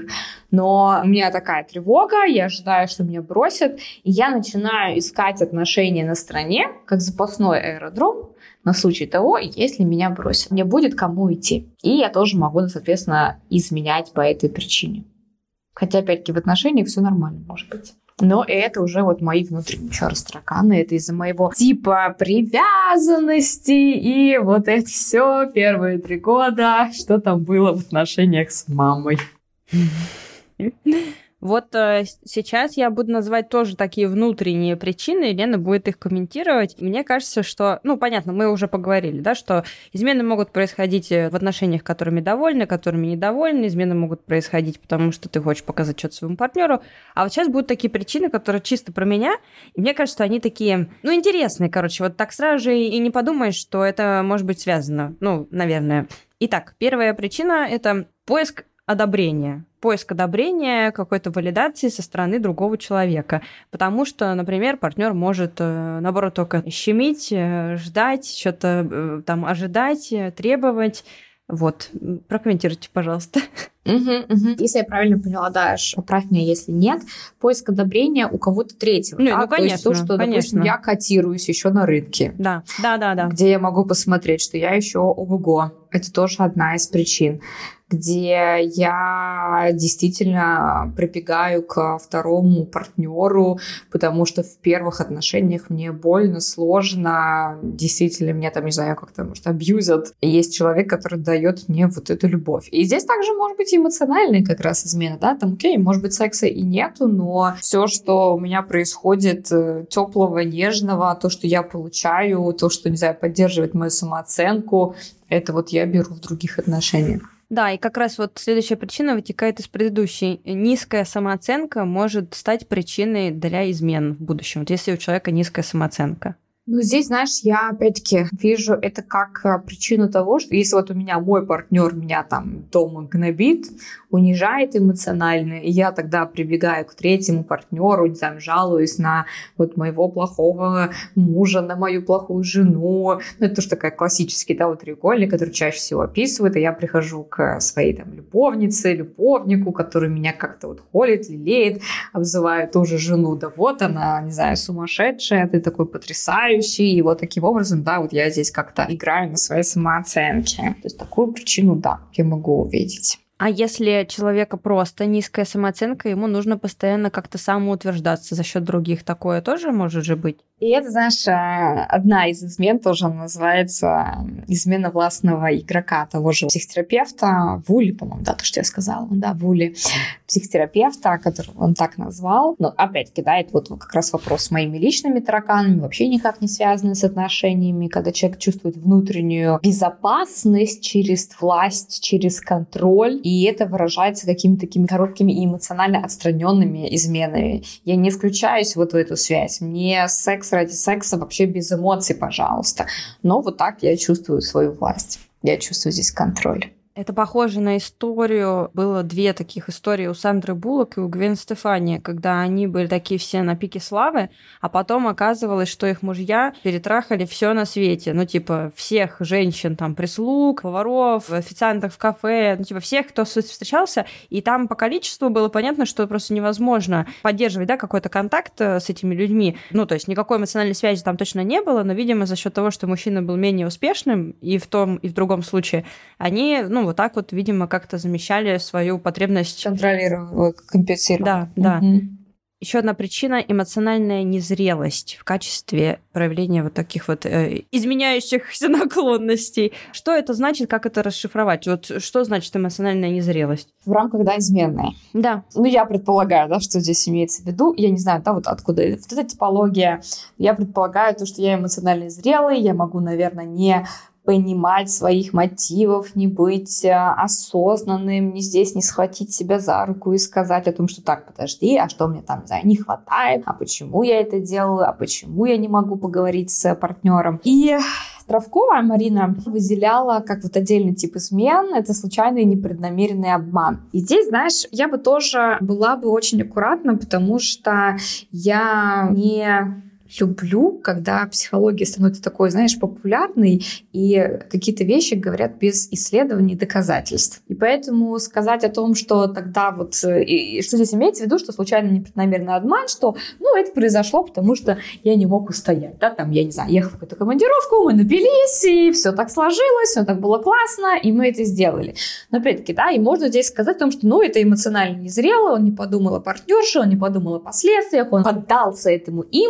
Но у меня такая тревога, я ожидаю, что меня бросят, и я начинаю искать отношения на стороне, как запасной аэродром, на случай того, если меня бросят. Мне будет кому идти. И я тоже могу, соответственно, изменять по этой причине. Хотя, опять-таки, в отношениях все нормально, может быть. Но это уже вот мои внутренние еще раз тараканы. Это из-за моего типа привязанности. И вот это все первые три года, что там было в отношениях с мамой. Вот э, сейчас я буду называть тоже такие внутренние причины, и Лена будет их комментировать. Мне кажется, что, ну, понятно, мы уже поговорили, да, что измены могут происходить в отношениях, которыми довольны, которыми недовольны, измены могут происходить, потому что ты хочешь показать что-то своему партнеру. А вот сейчас будут такие причины, которые чисто про меня, и мне кажется, они такие, ну, интересные, короче, вот так сразу же и не подумаешь, что это может быть связано, ну, наверное. Итак, первая причина – это поиск одобрения. Поиск одобрения, какой-то валидации со стороны другого человека. Потому что, например, партнер может, наоборот, только щемить, ждать, что-то там ожидать, требовать. Вот. Прокомментируйте, пожалуйста. Угу, угу. Если я правильно поняла, Даш, поправь меня, если нет, поиск одобрения у кого-то третьего. Ну, да? ну конечно, то есть то, что, конечно. допустим, я котируюсь еще на рынке. Да, да, да, да. Где я могу посмотреть, что я еще ого-го. Это тоже одна из причин. Где я действительно прибегаю к второму партнеру, потому что в первых отношениях мне больно, сложно, действительно меня там, не знаю, как-то, может, абьюзят. И есть человек, который дает мне вот эту любовь. И здесь также может быть эмоциональная как раз измена, да, там, окей, может быть, секса и нету, но все, что у меня происходит теплого, нежного, то, что я получаю, то, что, не знаю, поддерживает мою самооценку, это вот я беру в других отношениях. Да, и как раз вот следующая причина вытекает из предыдущей. Низкая самооценка может стать причиной для измен в будущем, вот если у человека низкая самооценка. Ну, здесь, знаешь, я опять-таки вижу это как причину того, что если вот у меня мой партнер меня там дома гнобит, унижает эмоционально, и я тогда прибегаю к третьему партнеру, там, жалуюсь на вот моего плохого мужа, на мою плохую жену. Ну, это тоже такая классический, да, вот треугольник, который чаще всего описывает, и я прихожу к своей там любовнице, любовнику, который меня как-то вот холит, лелеет, обзывает тоже жену, да вот она, не знаю, сумасшедшая, ты такой потрясающий, и вот таким образом, да, вот я здесь как-то играю на своей самооценке. То есть такую причину, да, я могу увидеть. А если человека просто низкая самооценка, ему нужно постоянно как-то самоутверждаться за счет других, такое тоже может же быть? И это, знаешь, одна из измен тоже называется измена властного игрока, того же психотерапевта Вули, по-моему, да, то, что я сказала, да, Вули, психотерапевта, который он так назвал. Но опять-таки, да, это вот как раз вопрос с моими личными тараканами, вообще никак не связанный с отношениями, когда человек чувствует внутреннюю безопасность через власть, через контроль, и это выражается какими-то такими короткими и эмоционально отстраненными изменами. Я не включаюсь вот в эту связь. Мне секс ради секса вообще без эмоций, пожалуйста. Но вот так я чувствую свою власть. Я чувствую здесь контроль. Это похоже на историю. Было две таких истории у Сандры Буллок и у Гвен Стефани, когда они были такие все на пике славы, а потом оказывалось, что их мужья перетрахали все на свете. Ну, типа, всех женщин, там, прислуг, поваров, официантов в кафе, ну, типа, всех, кто встречался. И там по количеству было понятно, что просто невозможно поддерживать, да, какой-то контакт с этими людьми. Ну, то есть никакой эмоциональной связи там точно не было, но, видимо, за счет того, что мужчина был менее успешным и в том, и в другом случае, они, ну, вот так вот, видимо, как-то замещали свою потребность. Контролировали, компенсировали. Да, да. Угу. Еще одна причина – эмоциональная незрелость в качестве проявления вот таких вот э, изменяющихся наклонностей. Что это значит, как это расшифровать? Вот что значит эмоциональная незрелость? В рамках, да, изменной. Да. Ну, я предполагаю, да, что здесь имеется в виду. Я не знаю, да, вот откуда вот эта типология. Я предполагаю то, что я эмоционально зрелый, я могу, наверное, не понимать своих мотивов, не быть осознанным, не здесь не схватить себя за руку и сказать о том, что так, подожди, а что мне там, не знаю, не хватает, а почему я это делаю, а почему я не могу поговорить с партнером. И Травкова Марина выделяла как вот отдельный тип измен, это случайный непреднамеренный обман. И здесь, знаешь, я бы тоже была бы очень аккуратна, потому что я не люблю, когда психология становится такой, знаешь, популярной, и какие-то вещи говорят без исследований и доказательств. И поэтому сказать о том, что тогда вот... И, и что здесь имеется в виду, что случайно непреднамеренный обман, что, ну, это произошло, потому что я не мог устоять, да, там, я не знаю, ехал в какую-то командировку, мы напились, и все так сложилось, все так было классно, и мы это сделали. Но опять-таки, да, и можно здесь сказать о том, что, ну, это эмоционально незрело, он не подумал о партнерше, он не подумал о последствиях, он поддался этому импульсу,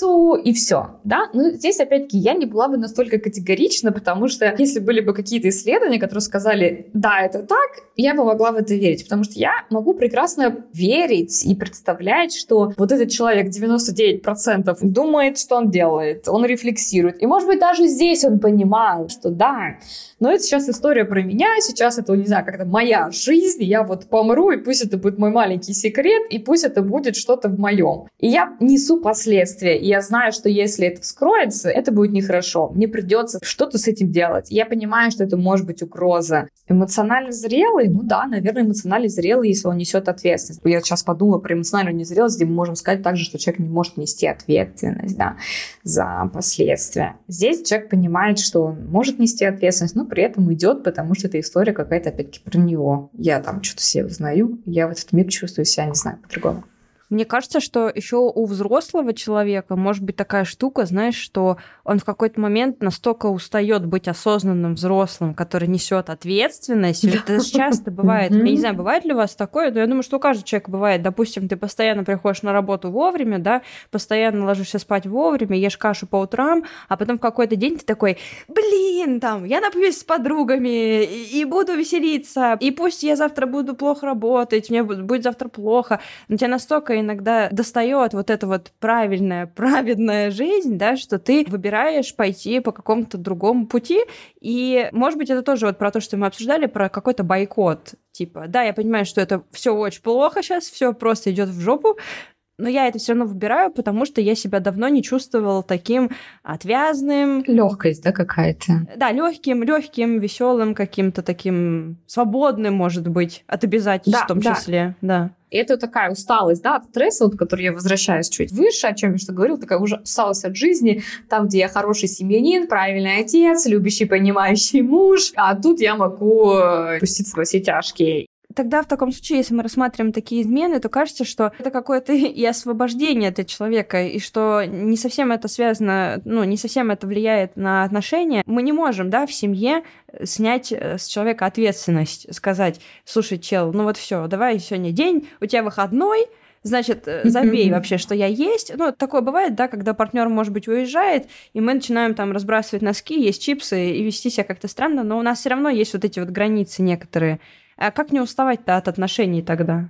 границу, и все, да. Но здесь, опять-таки, я не была бы настолько категорична, потому что если были бы какие-то исследования, которые сказали, да, это так, я бы могла в это верить, потому что я могу прекрасно верить и представлять, что вот этот человек девяносто девять процентов думает, что он делает, он рефлексирует, и, может быть, даже здесь он понимал, что да, но это сейчас история про меня, сейчас это, не знаю, как-то моя жизнь, я вот помру, и пусть это будет мой маленький секрет, и пусть это будет что-то в моем. И я несу последствия, и я знаю, что если это вскроется, это будет нехорошо. Мне придется что-то с этим делать. Я понимаю, что это может быть угроза. Эмоционально зрелый? Ну да, наверное, эмоционально зрелый, если он несет ответственность. Я сейчас подумала про эмоциональную незрелость, где мы можем сказать также, что человек не может нести ответственность, да, за последствия. Здесь человек понимает, что он может нести ответственность, но при этом идет, потому что эта история какая-то, опять-таки, про него. Я там что-то себе узнаю, я в этот мир чувствую себя, не знаю, по-другому. Мне кажется, что еще у взрослого человека может быть такая штука, знаешь, что он в какой-то момент настолько устает быть осознанным взрослым, который несет ответственность. Это часто бывает. Я не знаю, бывает ли у вас такое, но я думаю, что у каждого человека бывает. Допустим, ты постоянно приходишь на работу вовремя, да, постоянно ложишься спать вовремя, ешь кашу по утрам, а потом в какой-то день ты такой, блин, там, я напьюсь с подругами и, и буду веселиться, и пусть я завтра буду плохо работать, мне будет завтра плохо, но тебя настолько иногда достает вот эта вот правильная, праведная жизнь, да, что ты выбираешь пойти по какому-то другому пути. И, может быть, это тоже вот про то, что мы обсуждали, про какой-то бойкот. Типа, да, я понимаю, что это все очень плохо сейчас, все просто идет в жопу, но я это все равно выбираю, потому что я себя давно не чувствовала таким отвязным. Легкость, да, какая-то. Да, легким, легким, веселым, каким-то таким свободным, может быть, от обязательств да, в том да. числе. Да. И это такая усталость, да, от стресса, вот, к которой я возвращаюсь чуть выше, о чем я что говорила, такая уже усталость от жизни, там, где я хороший семьянин, правильный отец, любящий, понимающий муж, а тут я могу пуститься во все тяжкие. Тогда в таком случае, если мы рассматриваем такие измены, то кажется, что это какое-то и освобождение для человека, и что не совсем это связано, ну, не совсем это влияет на отношения. Мы не можем, да, в семье снять с человека ответственность, сказать, слушай, чел, ну вот все, давай сегодня день, у тебя выходной, значит, забей вообще, что я есть. Ну, такое бывает, да, когда партнер, может быть, уезжает, и мы начинаем там разбрасывать носки, есть чипсы и вести себя как-то странно, но у нас все равно есть вот эти вот границы некоторые. А как не уставать-то от отношений тогда?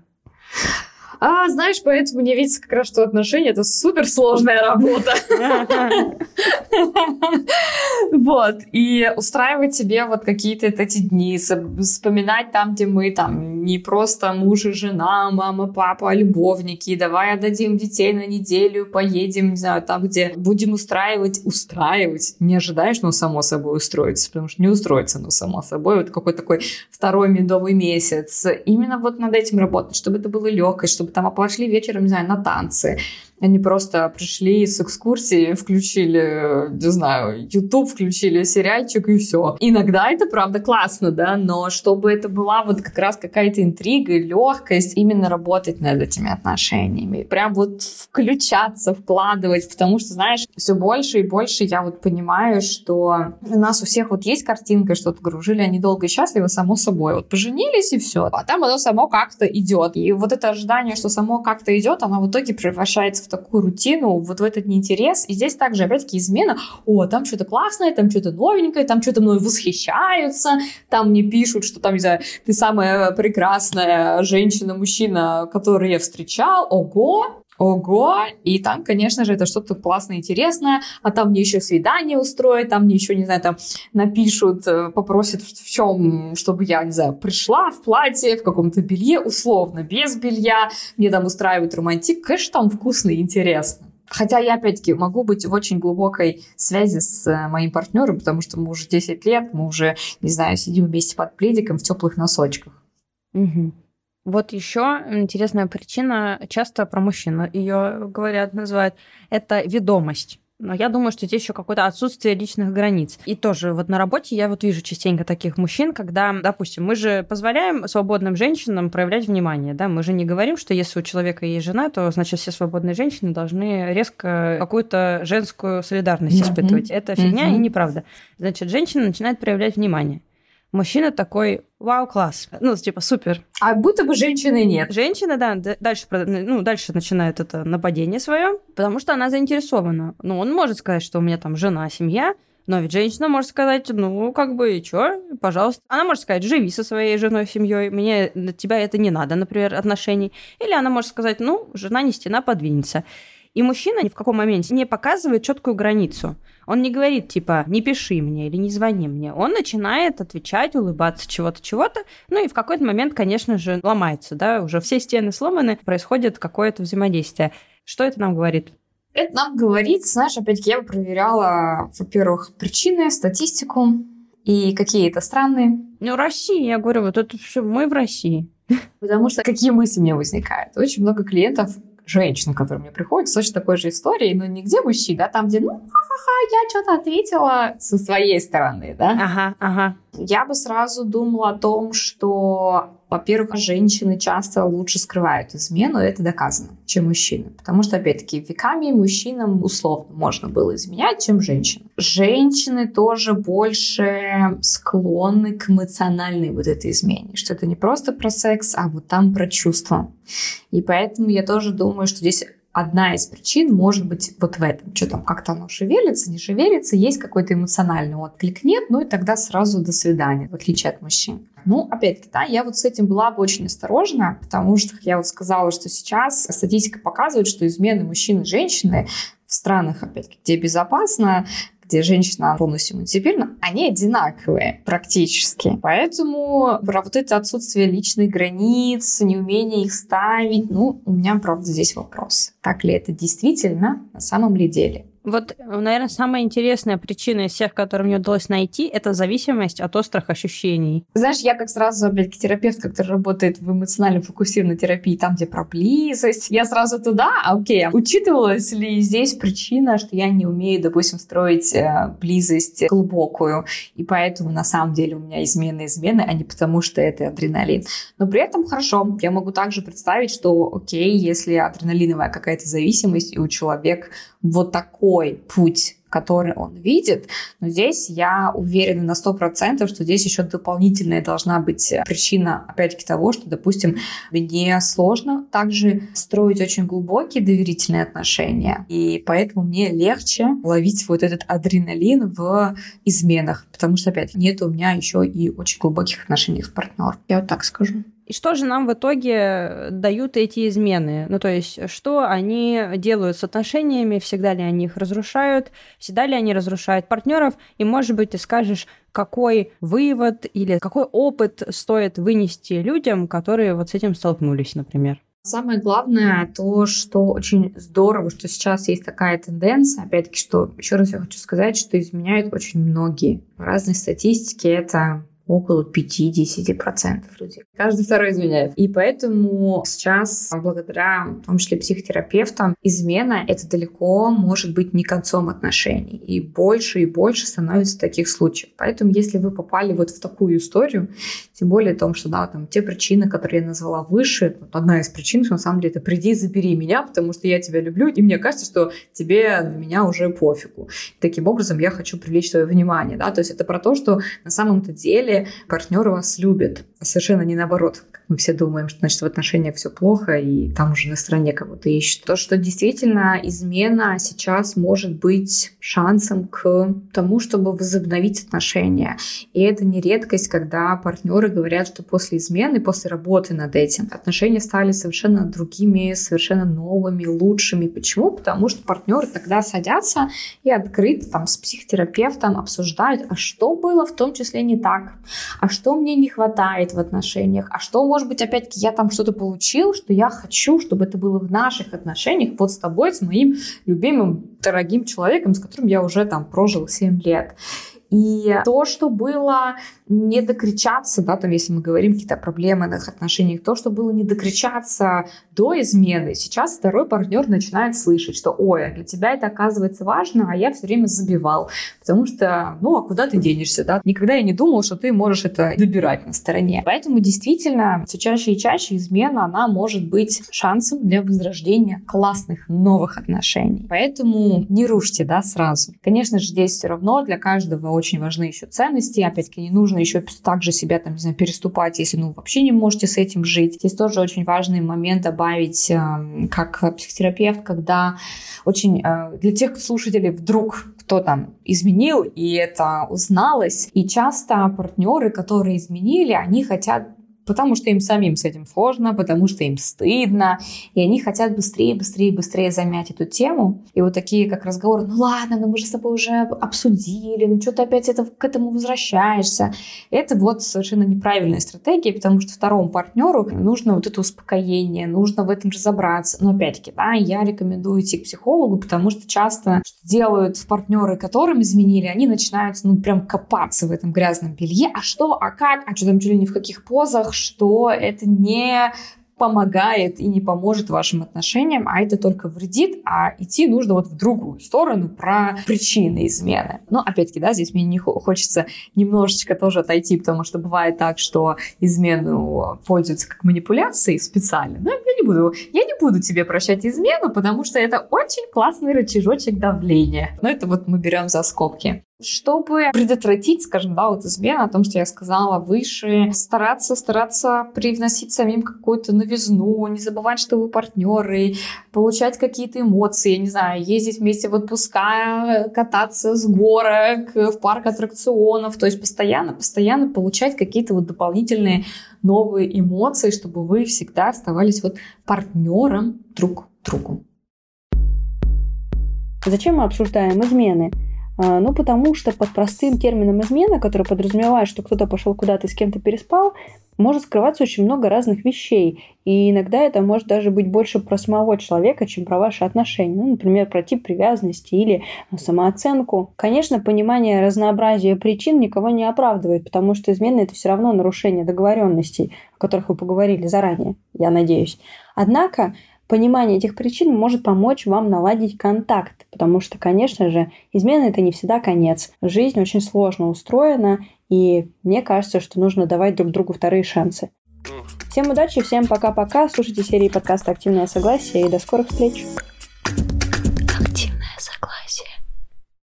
А, знаешь, поэтому мне видится как раз, что отношения — это суперсложная работа. Вот. И устраивать себе вот какие-то эти дни, вспоминать там, где мы там не просто муж и жена, мама, папа, а любовники, давай отдадим детей на неделю, поедем, не знаю, там, где будем устраивать, устраивать. Не ожидаешь, но само собой устроится, потому что не устроится, но само собой. Вот какой-то такой второй медовый месяц. Именно вот над этим работать, чтобы это было легкость, чтобы там пошли вечером, не знаю, на танцы. Они просто пришли с экскурсии, включили, не знаю, YouTube, включили сериальчик и все. Иногда это, правда, классно, да, но чтобы это была вот как раз какая-то интрига, легкость, именно работать над этим отношениями. Прям вот включаться, вкладывать, потому что, знаешь, все больше и больше я вот понимаю, что у нас у всех вот есть картинка, что-то жили они долго и счастливо, само собой. Вот поженились и все. А там оно само как-то идет. И вот это ожидание, что само как-то идет, оно в итоге превращается в такую рутину, вот в этот неинтерес. И здесь также, опять-таки, измена. О, там что-то классное, там что-то новенькое, там что-то мной восхищаются, там мне пишут, что там, не знаю, ты самая прекрасная женщина-мужчина, которую я встречал. Ого! Ого! И там, конечно же, это что-то классное, интересное, а там мне еще свидание устроят, там мне еще, не знаю, там напишут, попросят в чем, чтобы я, не знаю, пришла в платье, в каком-то белье, условно, без белья, мне там устраивают романтик, конечно, там вкусно и интересно. Хотя я, опять-таки, могу быть в очень глубокой связи с моим партнером, потому что мы уже десять лет, мы уже, не знаю, сидим вместе под пледиком в теплых носочках. Угу. Вот еще интересная причина, часто про мужчин ее говорят, называют, это ведомость. Но я думаю, что здесь еще какое-то отсутствие личных границ. И тоже вот на работе я вот вижу частенько таких мужчин, когда, допустим, мы же позволяем свободным женщинам проявлять внимание, да, мы же не говорим, что если у человека есть жена, то, значит, все свободные женщины должны резко какую-то женскую солидарность mm-hmm. испытывать. Это фигня mm-hmm. и неправда. Значит, женщина начинает проявлять внимание. Мужчина такой, вау, класс. Ну, типа, супер. А будто бы женщины нет. Женщина, да, дальше, ну, дальше начинает это нападение свое, потому что она заинтересована. Ну, он может сказать, что у меня там жена, семья, но ведь женщина может сказать, ну, как бы, чё, пожалуйста. Она может сказать, живи со своей женой, семьей, мне от тебя это не надо, например, отношений. Или она может сказать, ну, жена не стена, подвинется. И мужчина ни в каком моменте не показывает четкую границу. Он не говорит, типа, не пиши мне или не звони мне. Он начинает отвечать, улыбаться чего-то, чего-то. Ну и в какой-то момент, конечно же, ломается, да, уже все стены сломаны, происходит какое-то взаимодействие. Что это нам говорит? Это нам говорит, знаешь, опять-таки я бы проверяла, во-первых, причины, статистику и какие это страны. Ну, Россия, я говорю, вот это все мы в России. Потому что какие мысли у меня возникают? Очень много клиентов, женщин, которые мне приходят с очень такой же историей, но не где мужчин, да, там, где, ну, ха-ха-ха, я что-то ответила со своей стороны, да. Ага, ага. Я бы сразу думала о том, что, во-первых, женщины часто лучше скрывают измену, и это доказано, чем мужчины. Потому что, опять-таки, веками мужчинам условно можно было изменять, чем женщинам. Женщины тоже больше склонны к эмоциональной вот этой измене, что это не просто про секс, а вот там про чувства. И поэтому я тоже думаю, что здесь одна из причин может быть вот в этом. Что там, как-то оно шевелится, не шевелится, есть какой-то эмоциональный отклик, нет, ну и тогда сразу до свидания, в отличие от мужчин. Ну, опять-таки, да, я вот с этим была бы очень осторожна, потому что я вот сказала, что сейчас статистика показывает, что измены мужчин и женщины в странах, опять-таки, где безопасно, где женщина полностью эмансипирована, они одинаковые практически. Поэтому про вот это отсутствие личных границ, неумение их ставить, ну, у меня, правда, здесь вопрос. Так ли это действительно на самом ли деле? Вот, наверное, самая интересная причина из всех, которые мне удалось найти, это зависимость от острых ощущений. Знаешь, я как сразу, опять-таки, терапевт, который работает в эмоционально-фокусированной терапии, там, где про близость, я сразу туда, а окей, учитывалась ли здесь причина, что я не умею, допустим, строить э, близость глубокую, и поэтому на самом деле у меня измены-измены, а не потому, что это адреналин. Но при этом хорошо, я могу также представить, что окей, если адреналиновая какая-то зависимость, и у человека вот такой путь, который он видит, но здесь я уверена на сто процентов, что здесь еще дополнительная должна быть причина, опять-таки, того, что, допустим, мне сложно также строить очень глубокие доверительные отношения, и поэтому мне легче ловить вот этот адреналин в изменах, потому что, опять, нет у меня еще и очень глубоких отношений с партнером. Я вот так скажу. И что же нам в итоге дают эти измены? Ну, то есть, что они делают с отношениями, всегда ли они их разрушают, всегда ли они разрушают партнеров, и, может быть, ты скажешь, какой вывод или какой опыт стоит вынести людям, которые вот с этим столкнулись, например? Самое главное то, что очень здорово, что сейчас есть такая тенденция, опять-таки, что, еще раз я хочу сказать, что изменяют очень многие. В разной статистике это около пятьдесят процентов людей. Каждый второй изменяет. И поэтому сейчас, благодаря, в том числе, психотерапевтам, измена — это далеко может быть не концом отношений. И больше и больше становится таких случаев. Поэтому, если вы попали вот в такую историю, тем более о том, что, да, там, те причины, которые я назвала выше, вот одна из причин, что на самом деле это «приди, забери меня, потому что я тебя люблю, и мне кажется, что тебе на меня уже пофигу». Таким образом, я хочу привлечь твое внимание, да, то есть это про то, что на самом-то деле партнер вас любит, совершенно не наоборот. Мы все думаем, что, значит, в отношениях все плохо, и там уже на стороне кого-то ищут. То, что действительно измена сейчас может быть шансом к тому, чтобы возобновить отношения. И это не редкость, когда партнеры говорят, что после измены, после работы над этим, отношения стали совершенно другими, совершенно новыми, лучшими. Почему? Потому что партнеры тогда садятся и открыто там с психотерапевтом обсуждают, а что было в том числе не так, а что мне не хватает в отношениях, а что, может быть, опять-таки я там что-то получил, что я хочу, чтобы это было в наших отношениях вот с тобой, с моим любимым, дорогим человеком, с которым я уже там прожил семь лет. И то, что было не докричаться, да, там, если мы говорим какие-то проблемы в отношениях, то, что было не докричаться до измены, сейчас второй партнер начинает слышать, что, ой, для тебя это оказывается важно, а я все время забивал, потому что, ну, а куда ты денешься, да? Никогда я не думал, что ты можешь это добирать на стороне. Поэтому действительно, все чаще и чаще измена, она может быть шансом для возрождения классных новых отношений. Поэтому не рушьте, да, сразу. Конечно же, здесь все равно для каждого очень очень важны еще ценности. Опять-таки, не нужно еще также себя там, не знаю, переступать, если ну, вообще не можете с этим жить. Здесь тоже очень важный момент добавить, как психотерапевт, когда очень для тех слушателей вдруг кто там изменил, и это узналось. И часто партнеры, которые изменили, они хотят, потому что им самим с этим сложно, потому что им стыдно, и они хотят быстрее, быстрее, быстрее замять эту тему. И вот такие как разговоры: ну ладно, ну мы же с тобой уже обсудили, ну что ты опять это, к этому возвращаешься. Это вот совершенно неправильная стратегия, потому что второму партнеру нужно вот это успокоение, нужно в этом разобраться. Но опять-таки, да, я рекомендую идти к психологу, потому что часто что делают партнеры, которым изменили, они начинают, ну, прям копаться в этом грязном белье. А что, а как, а что там чуть ли не в каких позах, что это не помогает и не поможет вашим отношениям, а это только вредит, а идти нужно вот в другую сторону, про причины измены. Но опять-таки, да, здесь мне не хочется немножечко тоже отойти, потому что бывает так, что измену пользуются как манипуляцией специально. Но я не буду, я не буду тебе прощать измену, потому что это очень классный рычажочек давления. Но это вот мы берем за скобки. Чтобы предотвратить, скажем, да, вот измену, о том, что я сказала выше, стараться, стараться привносить самим какую-то новизну, не забывать, что вы партнеры, получать какие-то эмоции, я не знаю, ездить вместе в отпуска, кататься с горок, в парк аттракционов, то есть постоянно, постоянно получать какие-то вот дополнительные новые эмоции, чтобы вы всегда оставались вот партнером друг другу. Зачем мы обсуждаем измены? Ну, потому что под простым термином измена, который подразумевает, что кто-то пошел куда-то и с кем-то переспал, может скрываться очень много разных вещей. И иногда это может даже быть больше про самого человека, чем про ваши отношения. Ну, например, про тип привязанности или самооценку. Конечно, понимание разнообразия причин никого не оправдывает, потому что измена – это все равно нарушение договоренностей, о которых вы поговорили заранее, я надеюсь. Однако понимание этих причин может помочь вам наладить контакт, потому что, конечно же, измена – это не всегда конец. Жизнь очень сложно устроена, и мне кажется, что нужно давать друг другу вторые шансы. Всем удачи, всем пока-пока. Слушайте серии подкаста «Активное согласие» и до скорых встреч.